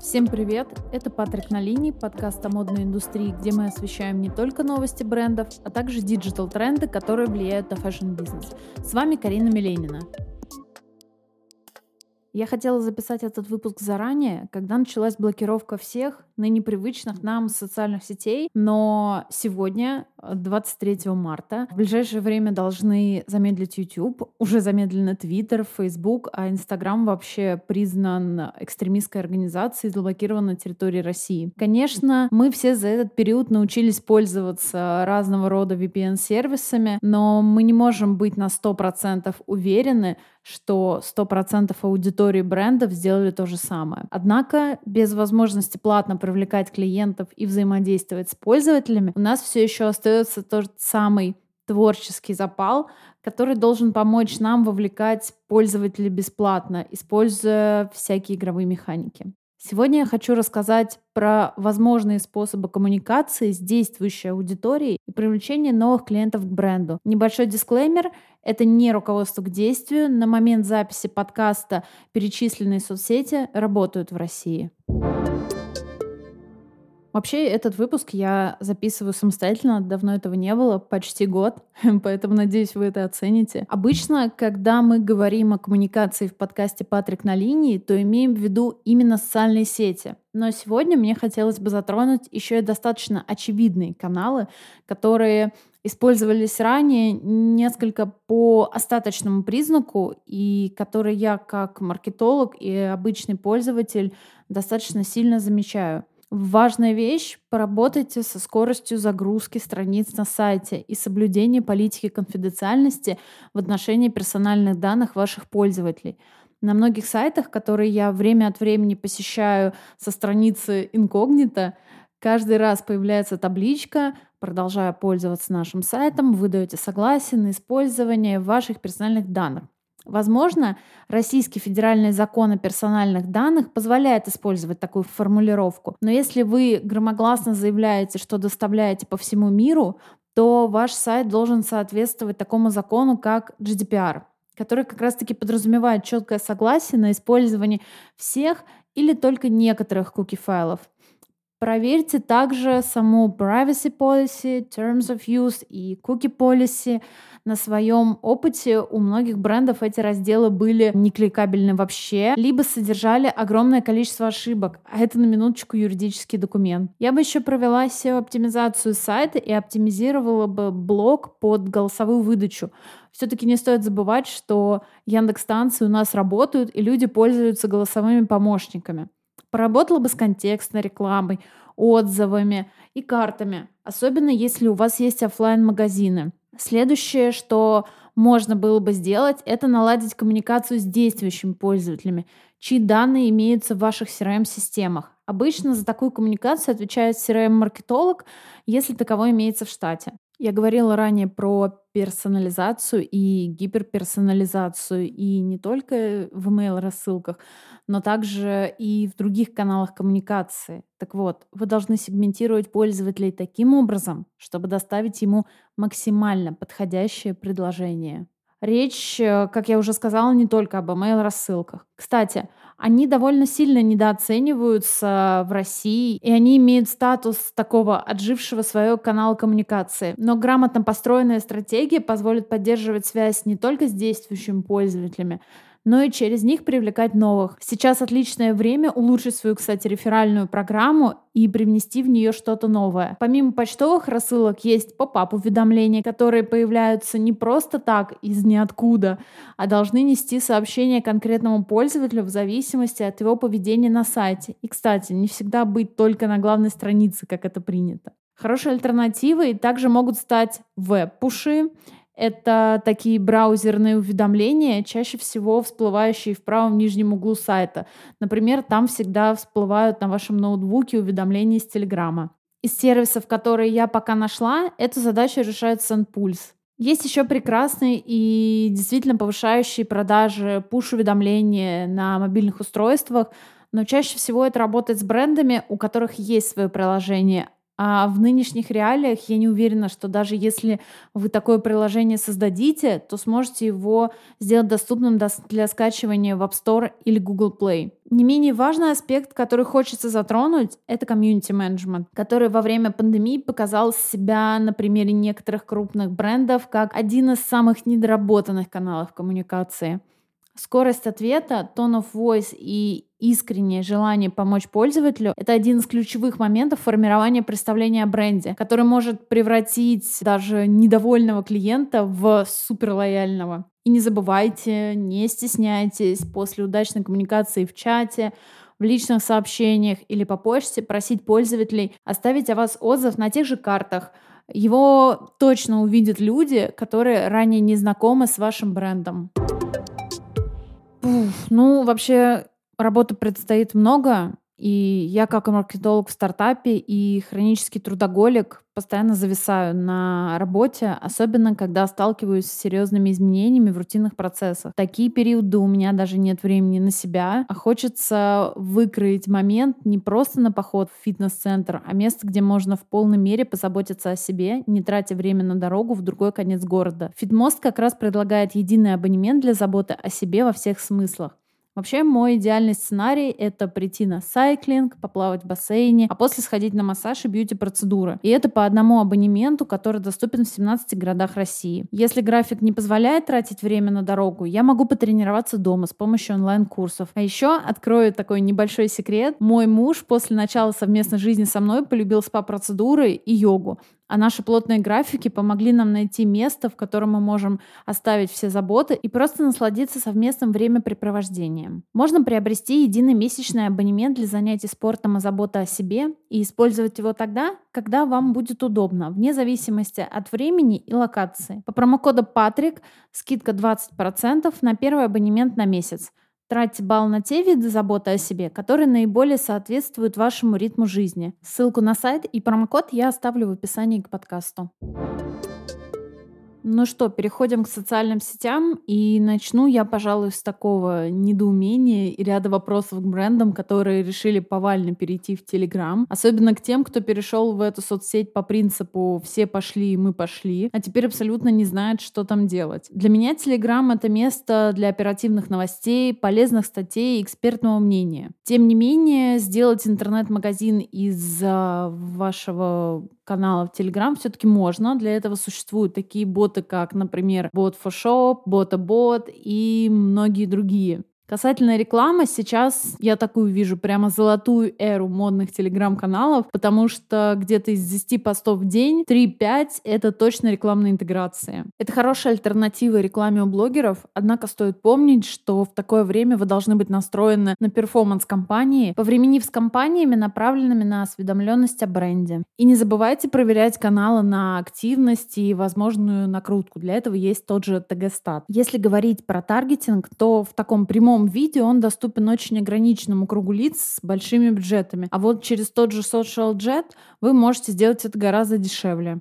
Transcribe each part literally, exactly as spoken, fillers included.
Всем привет! Это Патрик на линии, подкаст о модной индустрии, где мы освещаем не только новости брендов, а также диджитал-тренды, которые влияют на фэшн-бизнес. С вами Карина Миленина. Я хотела записать этот выпуск заранее, когда началась блокировка всех ныне привычных нам социальных сетей, но сегодня, двадцать третьего марта, в ближайшее время должны замедлить YouTube, уже замедлены Twitter, Facebook, а Instagram вообще признан экстремистской организацией и заблокирован на территории России. Конечно, мы все за этот период научились пользоваться разного рода ви пи эн-сервисами, но мы не можем быть на сто процентов уверены, что сто процентов аудитории брендов сделали то же самое. Однако, без возможности платно привлекать клиентов и взаимодействовать с пользователями, у нас все еще остается тот самый творческий запал, который должен помочь нам вовлекать пользователей бесплатно, используя всякие игровые механики. Сегодня я хочу рассказать про возможные способы коммуникации с действующей аудиторией и привлечения новых клиентов к бренду. Небольшой дисклеймер — это не руководство к действию. На момент записи подкаста перечисленные соцсети работают в России. Вообще, этот выпуск я записываю самостоятельно, давно этого не было, почти год, поэтому надеюсь, вы это оцените. Обычно, когда мы говорим о коммуникации в подкасте «Патрик на линии», то имеем в виду именно социальные сети. Но сегодня мне хотелось бы затронуть еще и достаточно очевидные каналы, которые использовались ранее несколько по остаточному признаку и которые я как маркетолог и обычный пользователь достаточно сильно замечаю. Важная вещь — поработайте со скоростью загрузки страниц на сайте и соблюдения политики конфиденциальности в отношении персональных данных ваших пользователей. На многих сайтах, которые я время от времени посещаю со страницы инкогнито, каждый раз появляется табличка: «Продолжая пользоваться нашим сайтом, вы даете согласие на использование ваших персональных данных». Возможно, Российский федеральный закон о персональных данных позволяет использовать такую формулировку, но если вы громогласно заявляете, что доставляете по всему миру, то ваш сайт должен соответствовать такому закону, как джи ди пи ар, который как раз-таки подразумевает четкое согласие на использование всех или только некоторых куки-файлов. Проверьте также саму Privacy Policy, Terms of Use и Cookie Policy. На своем опыте у многих брендов эти разделы были не кликабельны вообще, либо содержали огромное количество ошибок, а это на минуточку юридический документ. Я бы еще провела сео-оптимизацию сайта и оптимизировала бы блог под голосовую выдачу. Все-таки не стоит забывать, что Яндекс-станции у нас работают, и люди пользуются голосовыми помощниками. Поработала бы с контекстной рекламой, отзывами и картами, особенно если у вас есть офлайн-магазины. Следующее, что можно было бы сделать, это наладить коммуникацию с действующими пользователями, чьи данные имеются в ваших си ар эм-системах. Обычно за такую коммуникацию отвечает си ар эм-маркетолог, если таковой имеется в штате. Я говорила ранее про персонализацию и гиперперсонализацию, и не только в email-рассылках, но также и в других каналах коммуникации. Так вот, вы должны сегментировать пользователей таким образом, чтобы доставить ему максимально подходящее предложение. Речь, как я уже сказала, не только об email-рассылках. Кстати, они довольно сильно недооцениваются в России, и они имеют статус такого отжившего своего канала коммуникации. Но грамотно построенная стратегия позволит поддерживать связь не только с действующими пользователями, но и через них привлекать новых. Сейчас отличное время улучшить свою, кстати, реферальную программу и привнести в нее что-то новое. Помимо почтовых рассылок есть поп-ап-уведомления, которые появляются не просто так из ниоткуда, а должны нести сообщение конкретному пользователю в зависимости от его поведения на сайте. И, кстати, не всегда быть только на главной странице, как это принято. Хорошей альтернативой также могут стать веб-пуши. Это такие браузерные уведомления, чаще всего всплывающие в правом нижнем углу сайта. Например, там всегда всплывают на вашем ноутбуке уведомления из Телеграма. Из сервисов, которые я пока нашла, эту задачу решает SendPulse. Есть еще прекрасные и действительно повышающие продажи пуш-уведомления на мобильных устройствах, но чаще всего это работает с брендами, у которых есть свое приложение, А в нынешних реалиях я не уверена, что даже если вы такое приложение создадите, то сможете его сделать доступным дос- для скачивания в App Store или Google Play. Не менее важный аспект, который хочется затронуть, это комьюнити менеджмент, который во время пандемии показал себя на примере некоторых крупных брендов как один из самых недоработанных каналов коммуникации. Скорость ответа, tone of voice и искреннее желание помочь пользователю — это один из ключевых моментов формирования представления о бренде, который может превратить даже недовольного клиента в суперлояльного. И не забывайте, не стесняйтесь после удачной коммуникации в чате, в личных сообщениях или по почте просить пользователей оставить о вас отзыв на тех же картах. Его точно увидят люди, которые ранее не знакомы с вашим брендом. Уф, ну, вообще, работы предстоит много, и я как маркетолог в стартапе и хронический трудоголик постоянно зависаю на работе, особенно когда сталкиваюсь с серьезными изменениями в рутинных процессах. В такие периоды у меня даже нет времени на себя, а хочется выкроить момент не просто на поход в фитнес-центр, а место, где можно в полной мере позаботиться о себе, не тратя время на дорогу в другой конец города. Фитмост как раз предлагает единый абонемент для заботы о себе во всех смыслах. Вообще, мой идеальный сценарий — это прийти на сайклинг, поплавать в бассейне, а после сходить на массаж и бьюти-процедуры. И это по одному абонементу, который доступен в семнадцати городах России. Если график не позволяет тратить время на дорогу, я могу потренироваться дома с помощью онлайн-курсов. А еще открою такой небольшой секрет. Мой муж после начала совместной жизни со мной полюбил спа-процедуры и йогу. А наши плотные графики помогли нам найти место, в котором мы можем оставить все заботы и просто насладиться совместным времяпрепровождением. Можно приобрести единый месячный абонемент для занятий спортом и заботы о себе и использовать его тогда, когда вам будет удобно, вне зависимости от времени и локации. По промокоду Патрик скидка двадцать процентов на первый абонемент на месяц. Тратьте балл на те виды заботы о себе, которые наиболее соответствуют вашему ритму жизни. Ссылку на сайт и промокод я оставлю в описании к подкасту. Ну что, переходим к социальным сетям, и начну я, пожалуй, с такого недоумения и ряда вопросов к брендам, которые решили повально перейти в Телеграм, особенно к тем, кто перешел в эту соцсеть по принципу «все пошли, мы пошли», а теперь абсолютно не знает, что там делать. Для меня Телеграм — это место для оперативных новостей, полезных статей и экспертного мнения. Тем не менее, сделать интернет-магазин из а, вашего канала в Telegram все-таки можно. Для этого существуют такие боты, как, например, Bot for Shop, Botabot и многие другие. Касательно рекламы, сейчас я такую вижу прямо золотую эру модных телеграм-каналов, потому что где-то из десяти постов в день три-пять — это точно рекламная интеграция. Это хорошая альтернатива рекламе у блогеров, однако стоит помнить, что в такое время вы должны быть настроены на перформанс компании, повременив с кампаниями, направленными на осведомленность о бренде. И не забывайте проверять каналы на активность и возможную накрутку. Для этого есть тот же ти джи-стат. Если говорить про таргетинг, то в таком прямом виде он доступен очень ограниченному кругу лиц с большими бюджетами. А вот через тот же Social Jet вы можете сделать это гораздо дешевле.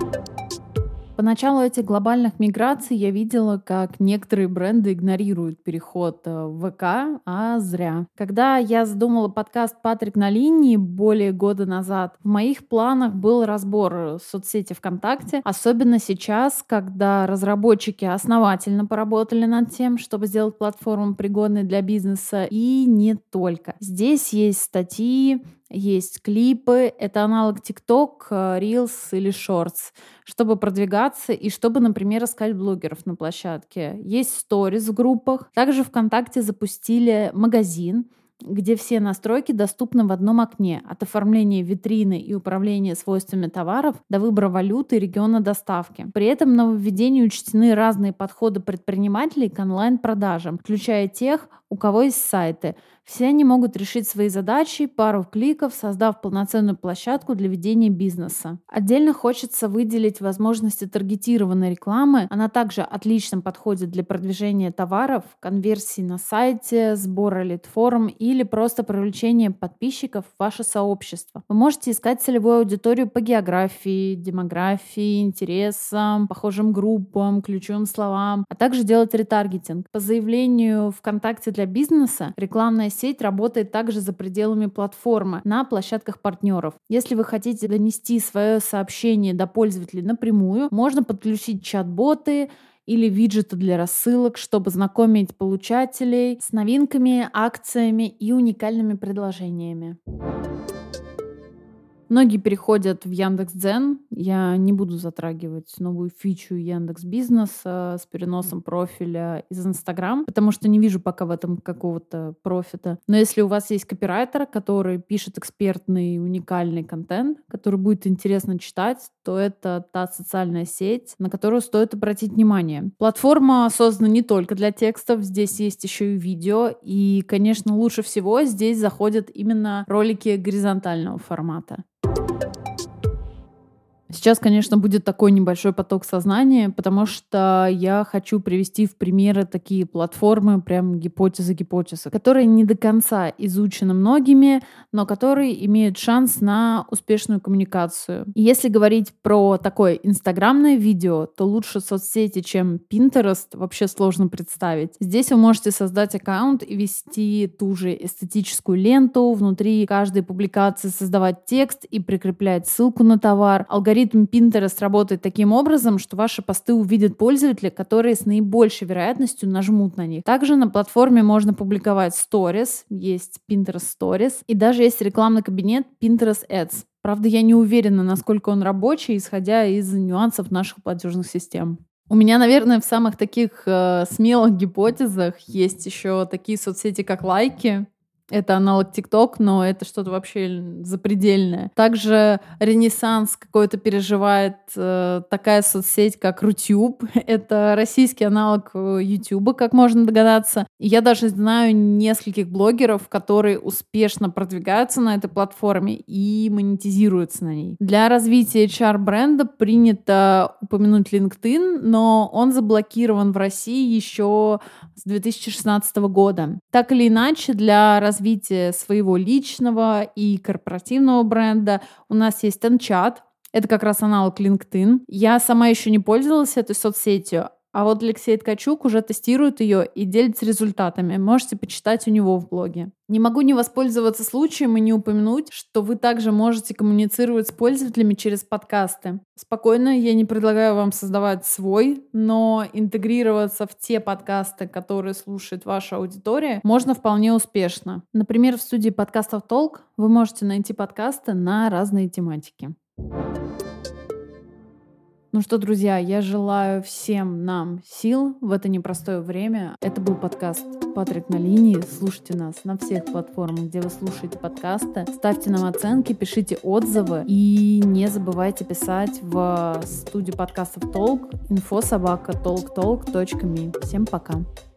По началу этих глобальных миграций я видела, как некоторые бренды игнорируют переход в ВК, а зря. Когда я задумала подкаст «Патрик на линии» более года назад, в моих планах был разбор соцсети ВКонтакте, особенно сейчас, когда разработчики основательно поработали над тем, чтобы сделать платформу пригодной для бизнеса, и не только. Здесь есть статьи, есть клипы, это аналог TikTok, Reels или Shorts, чтобы продвигаться и чтобы, например, искать блогеров на площадке. Есть сторис в группах. Также ВКонтакте запустили магазин, где все настройки доступны в одном окне, от оформления витрины и управления свойствами товаров до выбора валюты и региона доставки. При этом в нововведении учтены разные подходы предпринимателей к онлайн-продажам, включая тех, у кого есть сайты. Все они могут решить свои задачи пару кликов, создав полноценную площадку для ведения бизнеса. Отдельно хочется выделить возможности таргетированной рекламы. Она также отлично подходит для продвижения товаров, конверсии на сайте, сбора лид-форм или просто привлечения подписчиков в ваше сообщество. Вы можете искать целевую аудиторию по географии, демографии, интересам, похожим группам, ключевым словам, а также делать ретаргетинг. По заявлению ВКонтакте для для бизнеса, рекламная сеть работает также за пределами платформы на площадках партнеров. Если вы хотите донести свое сообщение до пользователей напрямую, можно подключить чат-боты или виджеты для рассылок, чтобы знакомить получателей с новинками, акциями и уникальными предложениями. Многие переходят в Яндекс.Дзен. Я не буду затрагивать новую фичу Яндекс.Бизнеса с переносом профиля из Инстаграм, потому что не вижу пока в этом какого-то профита. Но если у вас есть копирайтер, который пишет экспертный уникальный контент, который будет интересно читать, то это та социальная сеть, на которую стоит обратить внимание. Платформа создана не только для текстов, здесь есть еще и видео, и, конечно, лучше всего здесь заходят именно ролики горизонтального формата. Сейчас, конечно, будет такой небольшой поток сознания, потому что я хочу привести в примеры такие платформы, прям гипотезы-гипотезы, которые не до конца изучены многими, но которые имеют шанс на успешную коммуникацию. И если говорить про такое инстаграмное видео, то лучше соцсети, чем Pinterest, вообще сложно представить. Здесь вы можете создать аккаунт и вести ту же эстетическую ленту, внутри каждой публикации создавать текст и прикреплять ссылку на товар. Алгоритм Алгоритм Pinterest работает таким образом, что ваши посты увидят пользователи, которые с наибольшей вероятностью нажмут на них. Также на платформе можно публиковать Stories, есть Pinterest Stories, и даже есть рекламный кабинет Pinterest Ads. Правда, я не уверена, насколько он рабочий, исходя из нюансов наших платежных систем. У меня, наверное, в самых таких э, смелых гипотезах есть еще такие соцсети, как Лайки. Это аналог TikTok, но это что-то вообще запредельное. Также ренессанс какой-то переживает э, такая соцсеть, как Рутюб. Это российский аналог Ютуба, как можно догадаться. И я даже знаю нескольких блогеров, которые успешно продвигаются на этой платформе и монетизируются на ней. Для развития эйч ар-бренда принято упомянуть LinkedIn, но он заблокирован в России еще с две тысячи шестнадцатого года. Так или иначе, для развития развития своего личного и корпоративного бренда у нас есть Тенчат. Это как раз аналог LinkedIn. Я сама еще не пользовалась этой соцсетью, а вот Алексей Ткачук уже тестирует ее и делится результатами. Можете почитать у него в блоге. Не могу не воспользоваться случаем и не упомянуть, что вы также можете коммуницировать с пользователями через подкасты. Спокойно, я не предлагаю вам создавать свой, но интегрироваться в те подкасты, которые слушает ваша аудитория, можно вполне успешно. Например, в студии подкастов «Толк» вы можете найти подкасты на разные тематики. Ну что, друзья, я желаю всем нам сил в это непростое время. Это был подкаст «Патрик на линии». Слушайте нас на всех платформах, где вы слушаете подкасты. Ставьте нам оценки, пишите отзывы. И не забывайте писать в студию подкастов «Толк» инфо собака толк толк точка ми. Всем пока.